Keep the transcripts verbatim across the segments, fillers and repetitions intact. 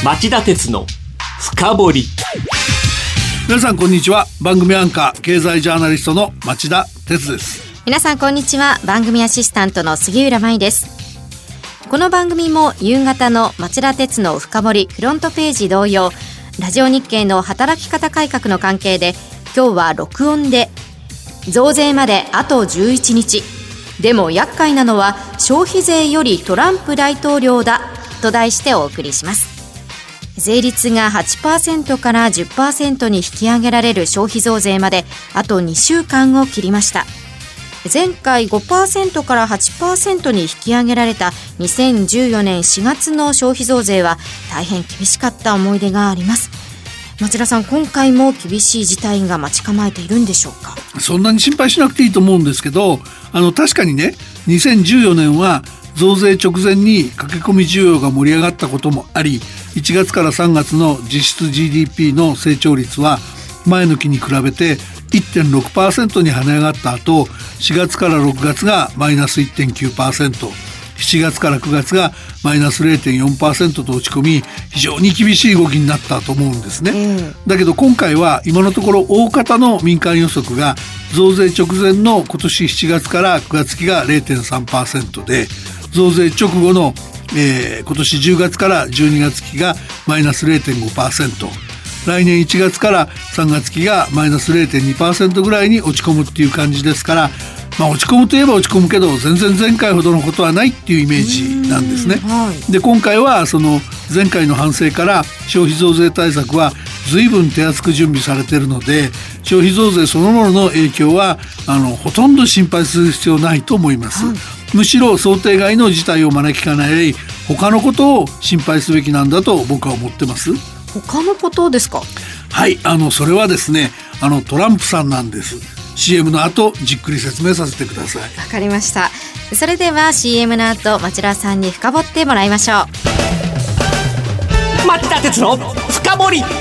町田鉄の深掘り。 皆さんこんにちは。番組アンカー経済ジャーナリストの町田鉄です。 皆さんこんにちは。番組アシスタントの杉浦舞です。この番組も夕方の町田鉄の深掘りフロントページ同様、ラジオ日経の働き方改革の関係で今日は録音で増税まであとじゅういちにち、でも厄介なのは消費税よりトランプ大統領だと題してお送りします。税率が はちパーセント から じゅっパーセント に引き上げられる消費増税まであとにしゅうかんを切りました。前回 ごパーセント から はちパーセント に引き上げられたにせんじゅうよねんしがつの消費増税は大変厳しかった思い出があります。町田さん、今回も厳しい事態が待ち構えているんでしょうか。 そんなに心配しなくていいと思うんですけど、あの確かにね、にせんじゅうよねんは増税直前に駆け込み需要が盛り上がったこともあり、いちがつからさんがつの実質 ジーディーピー の成長率は前の期に比べて いってんろくパーセント に跳ね上がった後、しがつからろくがつがマイナス いってんきゅうパーセント、しちがつからくがつがマイナス れいてんよんパーセント と落ち込み、非常に厳しい動きになったと思うんですね、うん、だけど今回は今のところ大方の民間予測が増税直前の今年しちがつからくがつ期が れいてんさんパーセント で、増税直後の、えー、今年じゅうがつからじゅうにがつ期がマイナス れいてんごパーセント、来年いちがつからさんがつ期がマイナス れいてんにパーセント ぐらいに落ち込むっていう感じですから、まあ、落ち込むといえば落ち込むけど全然前回ほどのことはないっていうイメージなんですね、はい、で今回はその前回の反省から消費増税対策は随分手厚く準備されているので、消費増税そのものの影響はあのほとんど心配する必要ないと思います、はい、むしろ想定外の事態を招きかねない他のことを心配すべきなんだと僕は思ってます。 他のことですか。 はい、あのそれはですね、あのトランプさんなんです。 シーエム の後じっくり説明させてください。 わかりました。それでは シーエム の後町田さんに深掘ってもらいましょう。町田鉄の深掘り。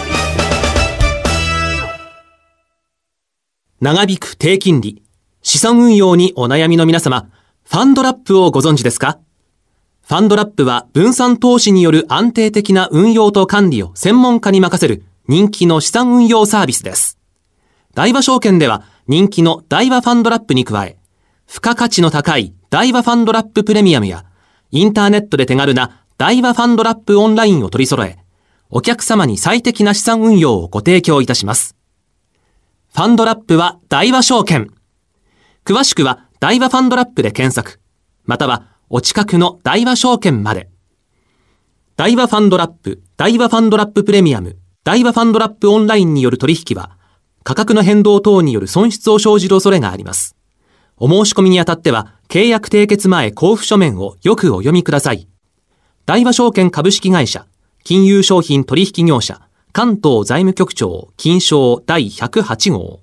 長引く低金利、資産運用にお悩みの皆様、ファンドラップをご存知ですか？ファンドラップは分散投資による安定的な運用と管理を専門家に任せる人気の資産運用サービスです。大和証券では人気の大和ファンドラップに加え、付加価値の高い大和ファンドラッププレミアムやインターネットで手軽な大和ファンドラップオンラインを取り揃え、お客様に最適な資産運用をご提供いたします。ファンドラップは大和証券。詳しくは大和ファンドラップで検索、またはお近くの大和証券まで。大和ファンドラップ、大和ファンドラッププレミアム、大和ファンドラップオンラインによる取引は、価格の変動等による損失を生じる恐れがあります。お申し込みにあたっては、契約締結前交付書面をよくお読みください。大和証券株式会社、金融商品取引業者、関東財務局長金商だいひゃくはち号。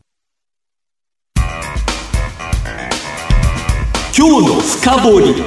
今日の深掘り。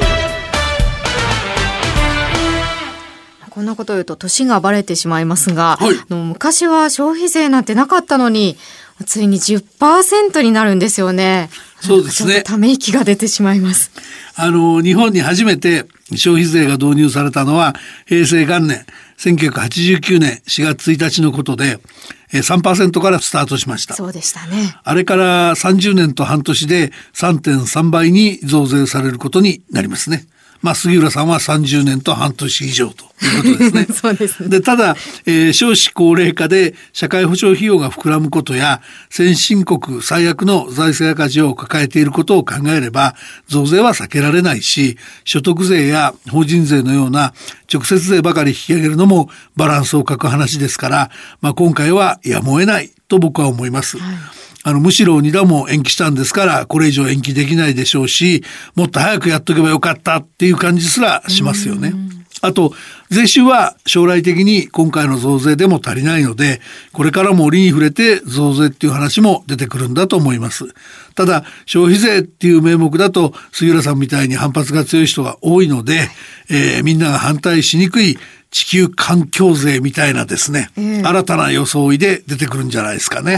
こんなことを言うと年がバレてしまいますが、 はい、 あの昔は消費税なんてなかったのについに じゅっパーセント になるんですよね。 そうですね。 ちょっとため息が出てしまいます。 あの日本に初めて消費税が導入されたのは平成元年せんきゅうひゃくはちじゅうきゅうねんしがつついたちのことで さんパーセント からスタートしました。 そうでしたね。 あれからさんじゅうねんと半年で さんてんさんばいに増税されることになりますね。まあ、杉浦さんはさんじゅうねんと半年以上ということですね。 そうですね。 で、ただ、えー、少子高齢化で社会保障費用が膨らむことや先進国最悪の財政赤字を抱えていることを考えれば増税は避けられないし、所得税や法人税のような直接税ばかり引き上げるのもバランスを欠く話ですから、まあ、今回はやむを得ないと僕は思います。はい、あのむしろにだんも延期したんですからこれ以上延期できないでしょうし、もっと早くやっとけばよかったっていう感じすらしますよね。あと税収は将来的に今回の増税でも足りないので、これからも折に触れて増税っていう話も出てくるんだと思います。ただ消費税っていう名目だと杉浦さんみたいに反発が強い人が多いので、えー、みんなが反対しにくい地球環境税みたいなですね、えー、新たな装いで出てくるんじゃないですかね。 あ、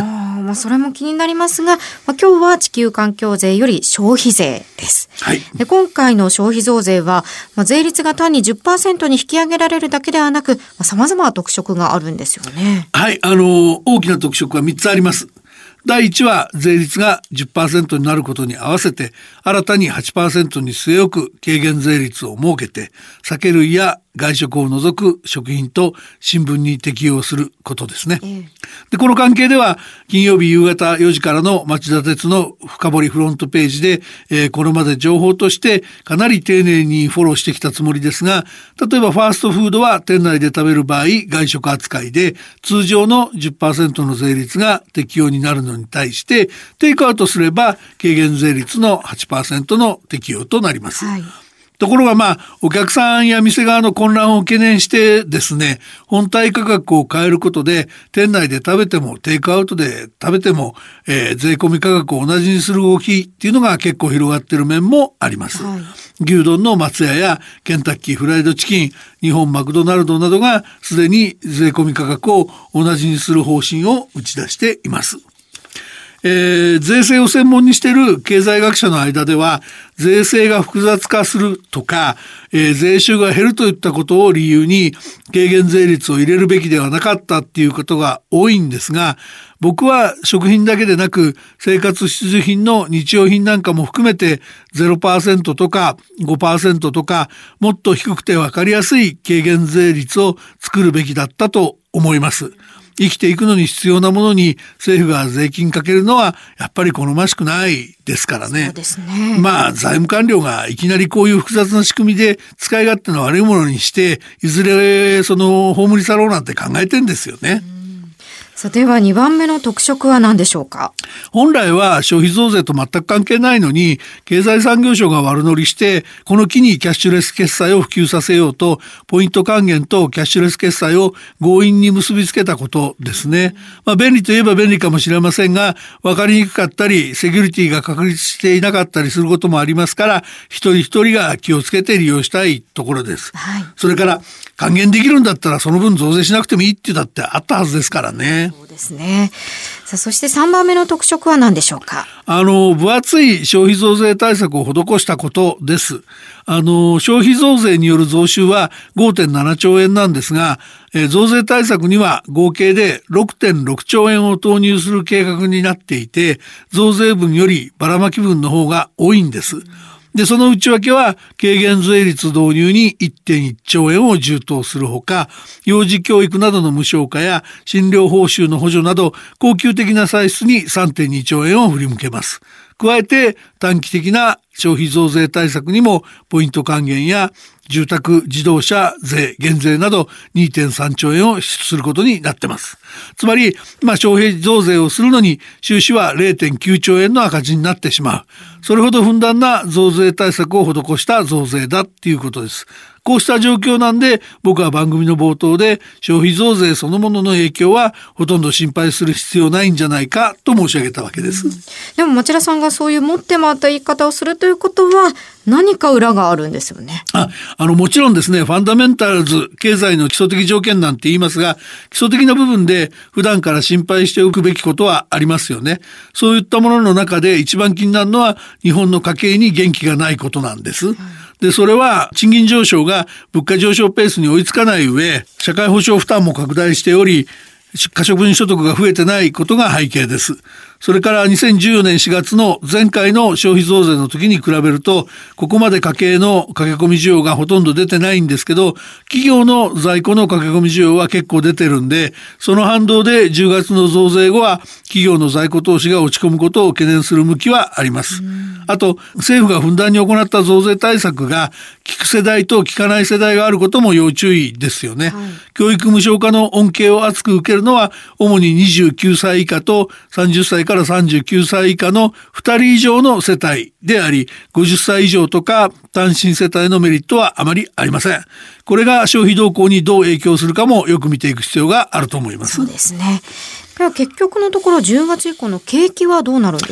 まあ、それも気になりますが、まあ、今日は地球環境税より消費税です。 はい、 で今回の消費増税は、まあ、税率が単に じゅっパーセント に引き上げられるだけではなく、まあ、様々な特色があるんですよね。 はい、あの大きな特色はみっつあります。だいいちは税率が じゅっパーセント になることに合わせて新たに はちパーセント に据え置く軽減税率を設けて、酒類や外食を除く食品と新聞に適用することですね。うん、でこの関係では金曜日夕方よじからの町田鉄の深掘りフロントページで、えー、これまで情報としてかなり丁寧にフォローしてきたつもりですが、例えばファーストフードは店内で食べる場合外食扱いで通常の じゅっパーセント の税率が適用になるのに対して、テイクアウトすれば軽減税率の はちパーセント の適用となります。はい、ところがまあお客さんや店側の混乱を懸念してですね、本体価格を変えることで店内で食べてもテイクアウトで食べても、えー、税込み価格を同じにする動きっていうのが結構広がっている面もあります。はい、牛丼の松屋やケンタッキーフライドチキン、日本マクドナルドなどがすでに税込み価格を同じにする方針を打ち出しています。えー、税制を専門にしている経済学者の間では、税制が複雑化するとか、えー、税収が減るといったことを理由に軽減税率を入れるべきではなかったっていうことが多いんですが、僕は食品だけでなく生活必需品の日用品なんかも含めて ゼロパーセント とか ごパーセント とかもっと低くて分かりやすい軽減税率を作るべきだったと思います。生きていくのに必要なものに政府が税金かけるのはやっぱり好ましくないですからね。 そうですね。 まあ財務官僚がいきなりこういう複雑な仕組みで使い勝手の悪いものにしていずれその葬り去ろうなんて考えてんですよね。 さてはにばんめの特色は何でしょうか。 本来は消費増税と全く関係ないのに経済産業省が悪乗りしてこの機にキャッシュレス決済を普及させようとポイント還元とキャッシュレス決済を強引に結びつけたことですね。まあ便利といえば便利かもしれませんが分かりにくかったりセキュリティが確立していなかったりすることもありますから一人一人が気をつけて利用したいところです。はい、それから還元できるんだったらその分増税しなくてもいいってだってあったはずですからね。 そうですね。さあそしてさんばんめの特色は何でしょうか。 あの分厚い消費増税対策を施したことです。あの消費増税による増収は ごてんななちょうえんなんですが、えー、増税対策には合計で ろくてんろくちょうえんを投入する計画になっていて増税分よりばらまき分の方が多いんです。で、その内訳は軽減税率導入に いってんいっちょうえんを充当するほか、幼児教育などの無償化や診療報酬の補助など恒久的な歳出に さんてんにちょうえんを振り向けます。加えて短期的な消費増税対策にもポイント還元や住宅自動車税減税など にてんさんちょうえんを支出することになってます。つまり、まあ、消費増税をするのに収支は れいてんきゅうちょうえんの赤字になってしまう。それほどふんだんな増税対策を施した増税だっていうことです。こうした状況なんで僕は番組の冒頭で消費増税そのものの影響はほとんど心配する必要ないんじゃないかと申し上げたわけです。うん、 でも町田さんがそういう持って回った言い方をするということは何か裏があるんですよね。 あ、あのもちろんですね、ファンダメンタルズ経済の基礎的条件なんて言いますが基礎的な部分で普段から心配しておくべきことはありますよね。そういったものの中で一番気になるのは日本の家計に元気がないことなんです。うんで、それは賃金上昇が物価上昇ペースに追いつかない上、社会保障負担も拡大しており、可処分所得が増えてないことが背景です。それからにせんじゅうよねんしがつの前回の消費増税の時に比べると、ここまで家計の駆け込み需要がほとんど出てないんですけど、企業の在庫の駆け込み需要は結構出てるんで、その反動でじゅうがつの増税後は企業の在庫投資が落ち込むことを懸念する向きはあります。あと、政府がふんだんに行った増税対策が効く世代と効かない世代があることも要注意ですよね。はい、教育無償化の恩恵を厚く受けるのは主ににじゅうきゅうさい以下とさんじゅっさいからさんじゅうきゅうさい以下のふたり以上の世帯であり、ごじゅっさい以上とか単身世帯のメリットはあまりありません。これが消費動向にどう影響するかもよく見ていく必要があると思います。 そうですね。では結局のところじゅうがつ以降の景気はどうなるんでしょうか。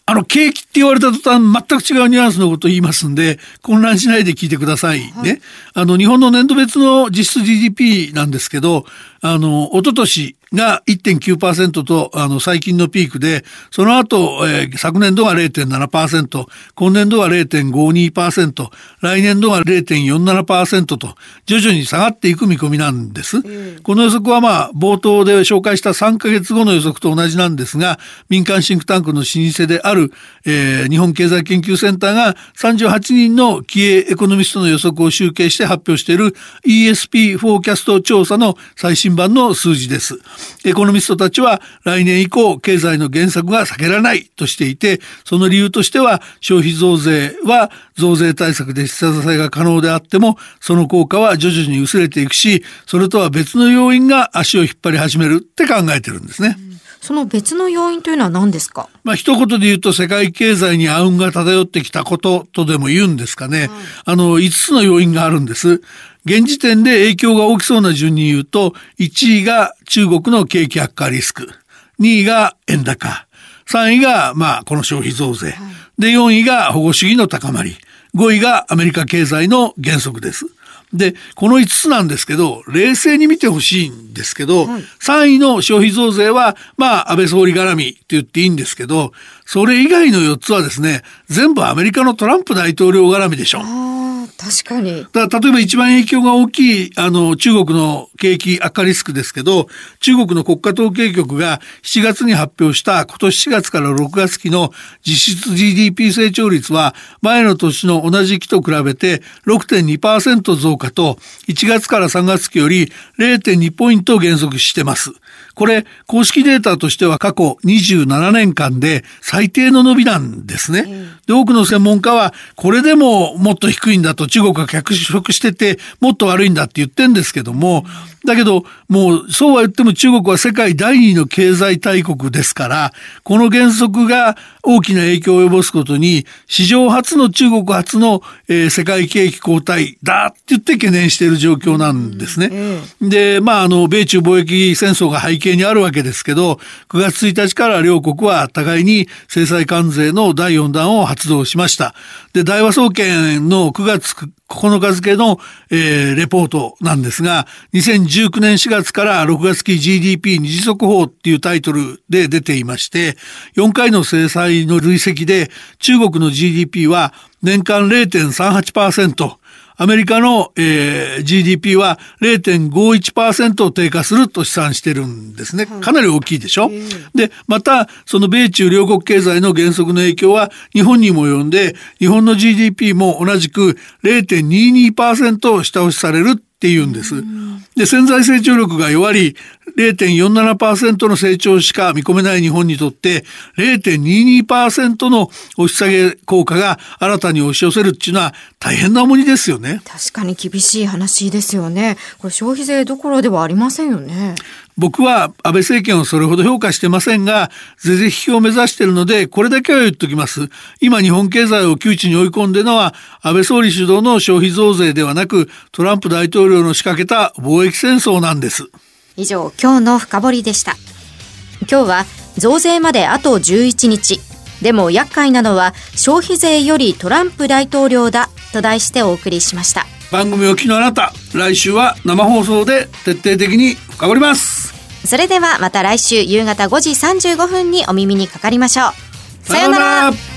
あの景気って言われた途端全く違うニュアンスのことを言いますんで混乱しないで聞いてくださいね、はい、あの日本の年度別の実質 ジーディーピー なんですけど、あの一昨年が いってんきゅうパーセント とあの最近のピークで、その後、えー、昨年度が れいてんななパーセント、 今年度が れいてんごにパーセント、 来年度が れいてんよんななパーセント と徐々に下がっていく見込みなんです、うん、この予測はまあ冒頭で紹介したさんかげつごの予測と同じなんですが、民間シンクタンクの老舗である、えー、日本経済研究センターがさんじゅうはちにんの気鋭エコノミストの予測を集計して発表している イーエスピー フォーキャスト調査の最新版の数字です。エコノミストたちは来年以降経済の減速が避けられないとしていて、その理由としては消費増税は増税対策で下支えが可能であってもその効果は徐々に薄れていくし、それとは別の要因が足を引っ張り始めるって考えてるんですね、うん、 その別の要因というのは何ですか？ まあ一言で言うと世界経済に暗雲が漂ってきたこととでも言うんですかね、はい、あのいつつの要因があるんです。現時点で影響が大きそうな順に言うと、いちいが中国の景気悪化リスク、にいが円高、さんいがまあこの消費増税、はい、でよんいが保護主義の高まり、ごいがアメリカ経済の減速です。でこのいつつなんですけど、冷静に見てほしいんですけど、はい、さんいの消費増税はまあ安倍総理絡みって言っていいんですけど、それ以外のよっつはですね、全部アメリカのトランプ大統領絡みでしょ。 確かに。 だから例えば一番影響が大きいあの中国の景気悪化リスクですけど、中国の国家統計局がしちがつに発表した今年しがつからろくがつ期の実質 ジーディーピー 成長率は前の年の同じ期と比べて ろくてんにパーセント 増加と、いちがつからさんがつ期より れいてんにポイント減速してます。これ公式データとしては過去にじゅうななねんかんで最低の伸びなんですね、うん、で多くの専門家はこれでももっと低いんだと、中国が脚色しててもっと悪いんだって言ってんですけども、だけどもうそうは言っても中国は世界だいにいの経済大国ですから、この減速が大きな影響を及ぼすことに史上初の中国初の、えー、世界景気後退だって言って懸念している状況なんですね、うん、でまああの米中貿易戦争が背景にあるわけですけど、くがつついたちから両国は互いに制裁関税のだいよん弾を発動しました。で大和総研のくがつここのか付の、えー、レポートなんですが、にせんじゅうきゅうねんしがつからろくがつ期 ジーディーピー 二次速報っていうタイトルで出ていまして、よんかいの制裁の累積で中国の ジーディーピー は年間 れいてんさんはちパーセント、アメリカの、えー、ジーディーピー は れいてんごいちパーセント 低下すると試算してるんですね。かなり大きいでしょ。で、またその米中両国経済の減速の影響は日本にも及んで、日本の ジーディーピー も同じく れいてんににパーセント 下押しされるっていうんです。で、潜在成長力が弱り れいてんよんななパーセント の成長しか見込めない日本にとって れいてんににパーセント の押し下げ効果が新たに押し寄せるっていうのは大変な重荷ですよね。 確かに厳しい話ですよね。これ消費税どころではありませんよね。 僕は安倍政権をそれほど評価してませんが、是々非々を目指しているのでこれだけは言っときます。今日本経済を窮地に追い込んでいるのは安倍総理主導の消費増税ではなく、トランプ大統領の仕掛けた貿易戦争なんです。 以上、今日の深掘りでした。今日は増税まであとじゅういちにち、でも厄介なのは消費税よりトランプ大統領だと題してお送りしました。 番組をお聞きのあなた、来週は生放送で徹底的に深掘ります。 それではまた来週夕方ごじさんじゅうごふんにお耳にかかりましょう。さようなら。